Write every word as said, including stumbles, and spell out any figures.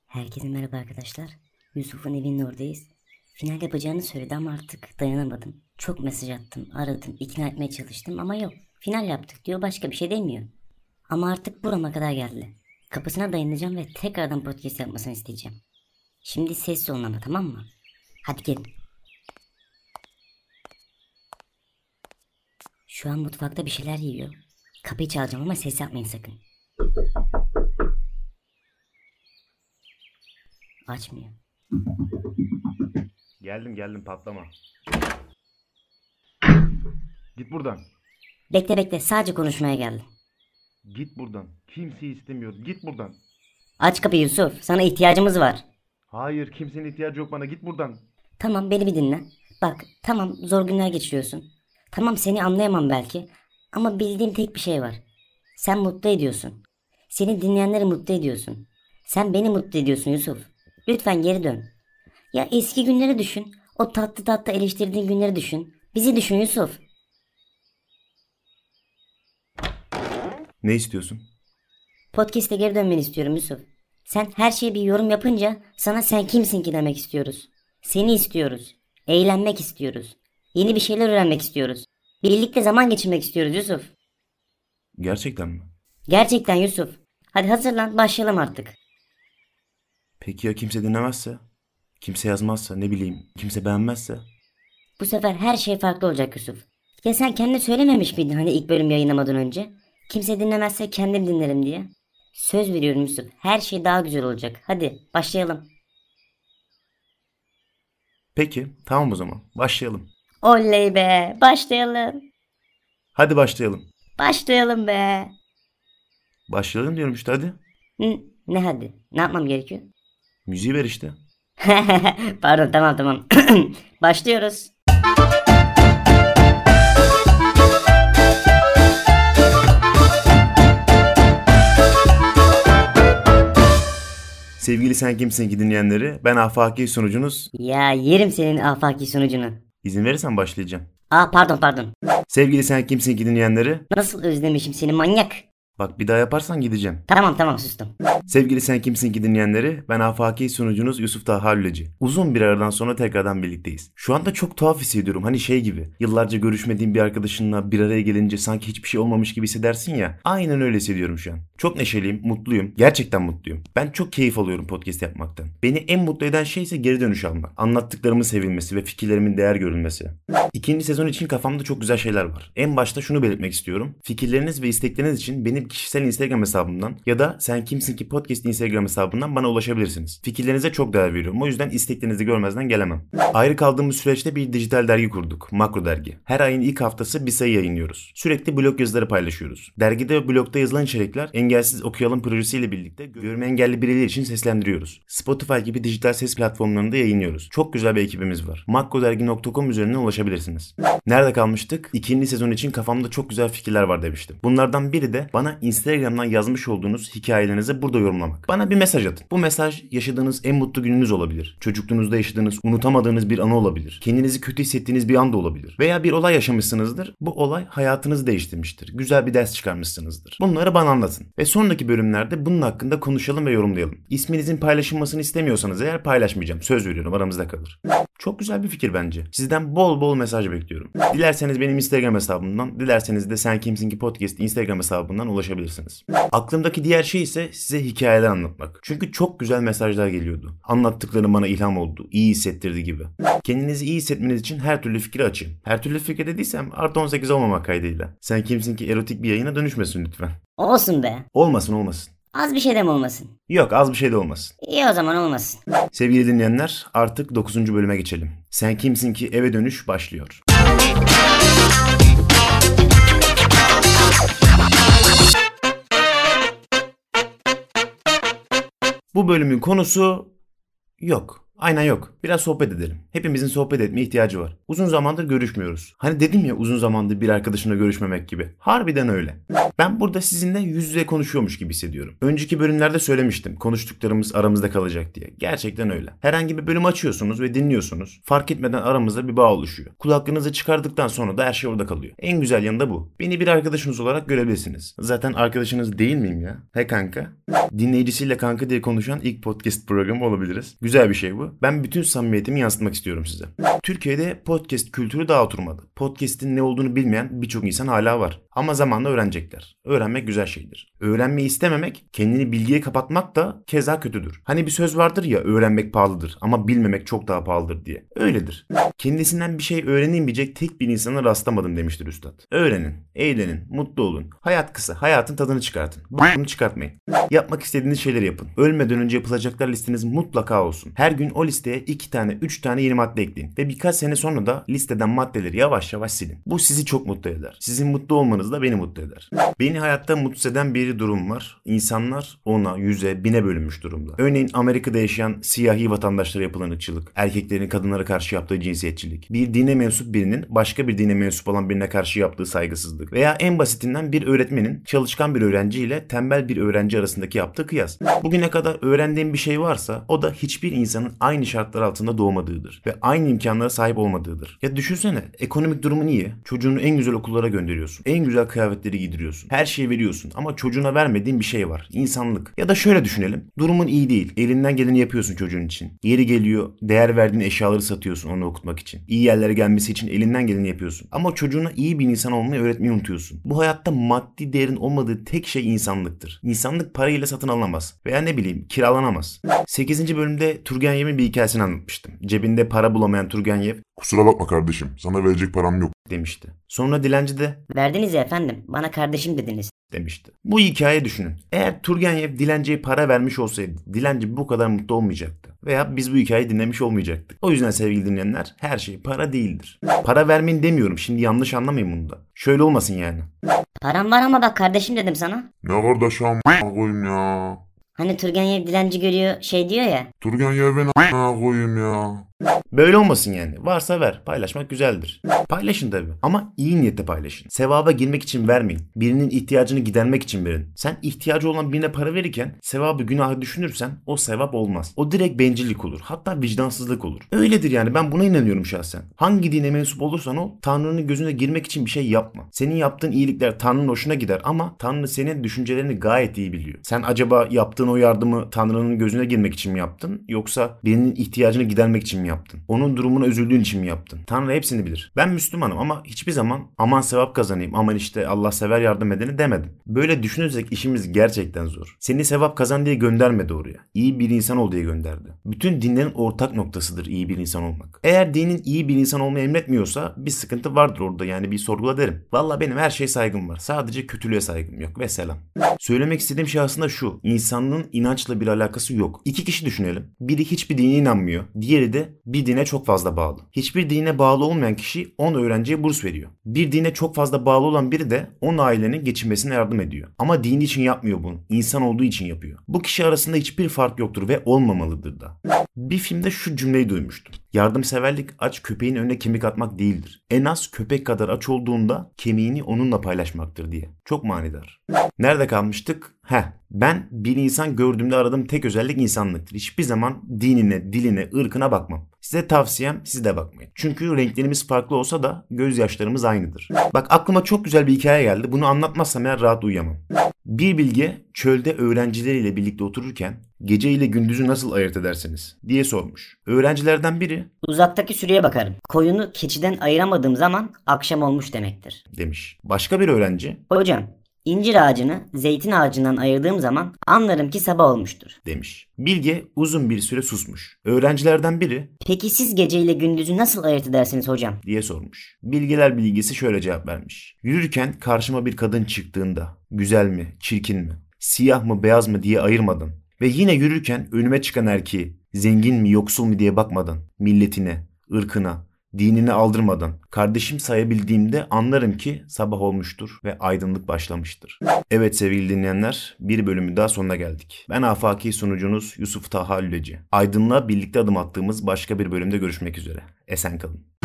Herkese merhaba arkadaşlar. Yusuf'un evinin oradayız. Final yapacağını söyledi ama artık dayanamadım. Çok mesaj attım, aradım, ikna etmeye çalıştım ama yok. Final yaptık diyor, başka bir şey demiyor. Ama artık burama kadar geldi. Kapısına dayanacağım ve tekrardan podcast yapmasını isteyeceğim. Şimdi sessiz olun ama, tamam mı? Hadi gelin. Şu an mutfakta bir şeyler yiyor. Kapıyı çalacağım ama ses yapmayın sakın. Açmıyor. Geldim geldim patlama. Git buradan. Bekle bekle, sadece konuşmaya geldim. Git buradan. Kimseyi istemiyorum. Git buradan. Aç kapıyı Yusuf, sana ihtiyacımız var. Hayır, kimsenin ihtiyacı yok bana. Git buradan. Tamam, beni bir dinle. Bak, tamam zor günler geçiriyorsun. Tamam, seni anlayamam belki. Ama bildiğim tek bir şey var. Sen mutlu ediyorsun. Seni dinleyenleri mutlu ediyorsun. Sen beni mutlu ediyorsun Yusuf. Lütfen geri dön. Ya eski günleri düşün. O tatlı tatlı eleştirdiğin günleri düşün. Bizi düşün Yusuf. Ne istiyorsun? Podcast'e geri dönmeni istiyorum Yusuf. Sen her şeye bir yorum yapınca sana sen kimsin ki demek istiyoruz. Seni istiyoruz. Eğlenmek istiyoruz. Yeni bir şeyler öğrenmek istiyoruz. Birlikte zaman geçirmek istiyoruz Yusuf. Gerçekten mi? Gerçekten Yusuf. Hadi hazırlan, başlayalım artık. Peki ya kimse dinlemezse? Kimse yazmazsa, ne bileyim, kimse beğenmezse? Bu sefer her şey farklı olacak Yusuf. Ya sen kendine söylememiş miydin hani ilk bölüm yayınlamadan önce? Kimse dinlemezse kendim dinlerim diye. Söz veriyorum Yusuf, her şey daha güzel olacak. Hadi başlayalım. Peki, tamam o zaman. Başlayalım. Oley be, başlayalım. Hadi başlayalım. Başlayalım be. Başlayalım diyorum işte hadi. Hı, ne hadi? Ne yapmam gerekiyor? Müziği ver işte. Pardon, tamam tamam. Başlıyoruz. Sevgili Sen Kimsin ki dinleyenleri, ben afaki sunucunuz. Ya yerim senin afaki sunucunu. İzin verirsen başlayacağım. Aa pardon pardon. Sevgili Sen Kimsin ki dinleyenleri. Nasıl özlemişim seni manyak. Bak bir daha yaparsan gideceğim. Tamam tamam sustum. Sevgili Sen Kimsin ki dinleyenleri, ben afaki sunucunuz Yusuf Taha Lüleci. Uzun bir aradan sonra tekrardan birlikteyiz. Şu anda çok tuhaf hissediyorum, hani şey gibi. Yıllarca görüşmediğin bir arkadaşınla bir araya gelince sanki hiçbir şey olmamış gibi hissedersin ya. Aynen öyle hissediyorum şu an. Çok neşeliyim, mutluyum. Gerçekten mutluyum. Ben çok keyif alıyorum podcast yapmaktan. Beni en mutlu eden şey ise geri dönüş almak. Anlattıklarımın sevilmesi ve fikirlerimin değer görülmesi. İkinci sezon için kafamda çok güzel şeyler var. En başta şunu belirtmek istiyorum. Fikirleriniz ve istekleriniz için benim kişisel Instagram hesabımdan ya da Sen Kimsin ki podcast Instagram hesabından bana ulaşabilirsiniz. Fikirlerinize çok değer veriyorum. O yüzden isteklerinizi görmezden gelemem. Ayrı kaldığımız süreçte bir dijital dergi kurduk. Makro Dergi. Her ayın ilk haftası bir sayı yayınlıyoruz. Sürekli blog yazıları paylaşıyoruz. Dergide ve blogda yazılan içerikler Engelsiz Okuyalım projesiyle birlikte görme engelli bireyler için seslendiriyoruz. Spotify gibi dijital ses platformlarında yayınlıyoruz. Çok güzel bir ekibimiz var. makrodergi nokta com üzerinden ulaşabilirsiniz. Nerede kalmıştık? İkinci sezon için kafamda çok güzel fikirler var demiştim. Bunlardan biri de bana Instagram'dan yazmış olduğunuz hikayelerinizi burada yorumlamak. Bana bir mesaj atın. Bu mesaj yaşadığınız en mutlu gününüz olabilir. Çocukluğunuzda yaşadığınız, unutamadığınız bir anı olabilir. Kendinizi kötü hissettiğiniz bir an da olabilir. Veya bir olay yaşamışsınızdır. Bu olay hayatınızı değiştirmiştir. Güzel bir ders çıkarmışsınızdır. Bunları bana anlatın. Ve sonraki bölümlerde bunun hakkında konuşalım ve yorumlayalım. İsminizin paylaşılmasını istemiyorsanız eğer paylaşmayacağım. Söz veriyorum, aramızda kalır. Çok güzel bir fikir bence. Sizden bol bol mesaj bekliyorum. Dilerseniz benim Instagram hesabımdan, dilerseniz de Sen Kimsin ki podcast Instagram hesabından ulaşabilirsiniz. Aklımdaki diğer şey ise size hikayeler anlatmak. Çünkü çok güzel mesajlar geliyordu. Anlattıklarım bana ilham oldu, iyi hissettirdi gibi. Kendinizi iyi hissetmeniz için her türlü fikri açın. Her türlü fikir dediysem artı on sekiz olmamak kaydıyla. Sen Kimsin ki erotik bir yayına dönüşmesin lütfen. Olsun be. Olmasın olmasın. Az bir şey de mi olmasın? Yok, az bir şey de olmasın. İyi o zaman olmasın. Sevgili dinleyenler, artık dokuzuncu bölüme geçelim. Sen Kimsin ki eve dönüş başlıyor. Bu bölümün konusu yok. Aynen yok. Biraz sohbet edelim. Hepimizin sohbet etmeye ihtiyacı var. Uzun zamandır görüşmüyoruz. Hani dedim ya uzun zamandır bir arkadaşımla görüşmemek gibi. Harbiden öyle. Ben burada sizinle yüz yüze konuşuyormuş gibi hissediyorum. Önceki bölümlerde söylemiştim. Konuştuklarımız aramızda kalacak diye. Gerçekten öyle. Herhangi bir bölüm açıyorsunuz ve dinliyorsunuz. Fark etmeden aramızda bir bağ oluşuyor. Kulaklığınızı çıkardıktan sonra da her şey orada kalıyor. En güzel yanı da bu. Beni bir arkadaşınız olarak görebilirsiniz. Zaten arkadaşınız değil miyim ya? He kanka? Dinleyicisiyle kanka diye konuşan ilk podcast programı olabiliriz. Güzel bir şey bu. Ben bütün samimiyetimi yansıtmak istiyorum size. Türkiye'de podcast kültürü daha oturmadı. Podcast'in ne olduğunu bilmeyen birçok insan hala var. Ama zamanla öğrenecekler. Öğrenmek güzel şeydir. Öğrenmeyi istememek, kendini bilgiye kapatmak da keza kötüdür. Hani bir söz vardır ya, öğrenmek pahalıdır ama bilmemek çok daha pahalıdır diye. Öyledir. Kendisinden bir şey öğrenilmeyecek tek bir insana rastlamadım demiştir üstad. Öğrenin, eğlenin, mutlu olun. Hayat kısa, hayatın tadını çıkartın. Bunu çıkartmayın. Yapmak istediğiniz şeyleri yapın. Ölmeden önce yapılacaklar listeniz mutlaka olsun. Her gün o listeye iki tane, üç tane yeni madde ekleyin. Ve birkaç sene sonra da listeden maddeleri yavaş yavaş silin. Bu sizi çok mutlu eder. Sizin mutlu olmanız da beni mutlu eder. Beni hayatta mutsuz eden bir durum var. İnsanlar ona, yüze, bine bölünmüş durumda. Örneğin Amerika'da yaşayan siyahi vatandaşlara yapılan ırkçılık, erkeklerin kadınlara karşı yaptığı cinsiyetçilik, bir dine mensup birinin başka bir dine mensup olan birine karşı yaptığı saygısızlık veya en basitinden bir öğretmenin çalışkan bir öğrenciyle tembel bir öğrenci arasındaki yaptığı kıyas. Bugüne kadar öğrendiğim bir şey varsa o da hiçbir insanın aynı şartlar altında doğmadığıdır ve aynı imkanlara sahip olmadığıdır. Ya düşünsene, ekonomik durumun iyi, çocuğunu en güzel okullara gönderiyorsun, en güzel kıyafetleri giydiriyorsun, her şeyi veriyorsun ama çocuğuna vermediğin bir şey var, insanlık. Ya da şöyle düşünelim, durumun iyi değil, elinden geleni yapıyorsun çocuğun için. Yeri geliyor, değer verdiğin eşyaları satıyorsun onu okutmak için. İyi yerlere gelmesi için elinden geleni yapıyorsun. Ama çocuğuna iyi bir insan olmayı öğretmeyi unutuyorsun. Bu hayatta maddi değerin olmadığı tek şey insanlıktır. İnsanlık parayla satın alınamaz veya ne bileyim kiralanamaz. sekizinci bölümde Turgenev'in bir hikayesini anlatmıştım. Cebinde para bulamayan Turgenev, "Kusura bakma kardeşim, sana verecek param yok," demişti. Sonra dilenci de Verdiniz ya efendim. Bana kardeşim dediniz. demişti. Bu hikayeyi düşünün. Eğer Turgenev dilenciye para vermiş olsaydı dilenci bu kadar mutlu olmayacaktı. Veya biz bu hikayeyi dinlemiş olmayacaktık. O yüzden sevgili dinleyenler, her şey para değildir. Para vermeyin demiyorum. Şimdi yanlış anlamayın bunu da. Şöyle olmasın yani. Param var ama bak kardeşim dedim sana. "Ne kardeş a**a koyayım ya. Hani Turgenev dilenci görüyor şey diyor ya. Turgenev'e a**a koyayım ya." Böyle olmasın yani. Varsa ver. Paylaşmak güzeldir. Paylaşın tabii. Ama iyi niyetle paylaşın. Sevaba girmek için vermeyin. Birinin ihtiyacını gidermek için verin. Sen ihtiyacı olan birine para verirken sevabı günahı düşünürsen o sevap olmaz. O direkt bencillik olur. Hatta vicdansızlık olur. Öyledir yani. Ben buna inanıyorum şahsen. Hangi dine mensup olursan ol, Tanrı'nın gözüne girmek için bir şey yapma. Senin yaptığın iyilikler Tanrı'nın hoşuna gider ama Tanrı senin düşüncelerini gayet iyi biliyor. Sen acaba yaptığın o yardımı Tanrı'nın gözüne girmek için mi yaptın? Yoksa birinin ihtiyacını gidermek için mi yaptın? Onun durumuna üzüldüğün için mi yaptın? Tanrı hepsini bilir. Ben Müslümanım ama hiçbir zaman aman sevap kazanayım, aman işte Allah sever yardım edeni demedim. Böyle düşünürsek işimiz gerçekten zor. Seni sevap kazan diye göndermedi oraya. İyi bir insan ol diye gönderdi. Bütün dinlerin ortak noktasıdır iyi bir insan olmak. Eğer dinin iyi bir insan olmayı emretmiyorsa bir sıkıntı vardır orada, yani bir sorgula derim. Valla benim her şeye saygım var. Sadece kötülüğe saygım yok ve selam. Söylemek istediğim şey aslında şu. İnsanlığın inançla bir alakası yok. İki kişi düşünelim. Biri hiçbir dine inanmıyor. Diğeri de bir dine çok fazla bağlı. Hiçbir dine bağlı olmayan kişi on öğrenciye burs veriyor. Bir dine çok fazla bağlı olan biri de on ailenin geçinmesine yardım ediyor. Ama dini için yapmıyor bunu. İnsan olduğu için yapıyor. Bu kişi arasında hiçbir fark yoktur ve olmamalıdır da. Bir filmde şu cümleyi duymuştum. Yardımseverlik aç köpeğin önüne kemik atmak değildir. En az köpek kadar aç olduğunda kemiğini onunla paylaşmaktır diye. Çok manidar. Nerede kalmıştık? Heh. Ben bir insan gördüğümde aradığım tek özellik insanlıktır. Hiçbir zaman dinine, diline, ırkına bakmam. Size tavsiyem siz de bakmayın. Çünkü renklerimiz farklı olsa da gözyaşlarımız aynıdır. Bak aklıma çok güzel bir hikaye geldi. Bunu anlatmazsam eğer rahat uyuyamam. Bir bilge çölde öğrencileriyle birlikte otururken gece ile gündüzü nasıl ayırt edersiniz diye sormuş. Öğrencilerden biri Uzaktaki süreye bakarım. Koyunu keçiden ayıramadığım zaman akşam olmuş demektir. demiş. Başka bir öğrenci Hocam, incir ağacını zeytin ağacından ayırdığım zaman anlarım ki sabah olmuştur. demiş. Bilge uzun bir süre susmuş. Öğrencilerden biri Peki siz geceyle gündüzü nasıl ayırt edersiniz hocam? diye sormuş. Bilgeler bilgisi şöyle cevap vermiş. Yürürken karşıma bir kadın çıktığında güzel mi, çirkin mi, siyah mı, beyaz mı diye ayırmadan ve yine yürürken önüme çıkan erkeği zengin mi, yoksul mu diye bakmadan milletine, ırkına, dinini aldırmadan kardeşim sayabildiğimde anlarım ki sabah olmuştur ve aydınlık başlamıştır. Evet sevgili dinleyenler, bir bölümün daha sonuna geldik. Ben afaki sunucunuz Yusuf Taha Lüleci. Aydınlığa birlikte adım attığımız başka bir bölümde görüşmek üzere. Esen kalın.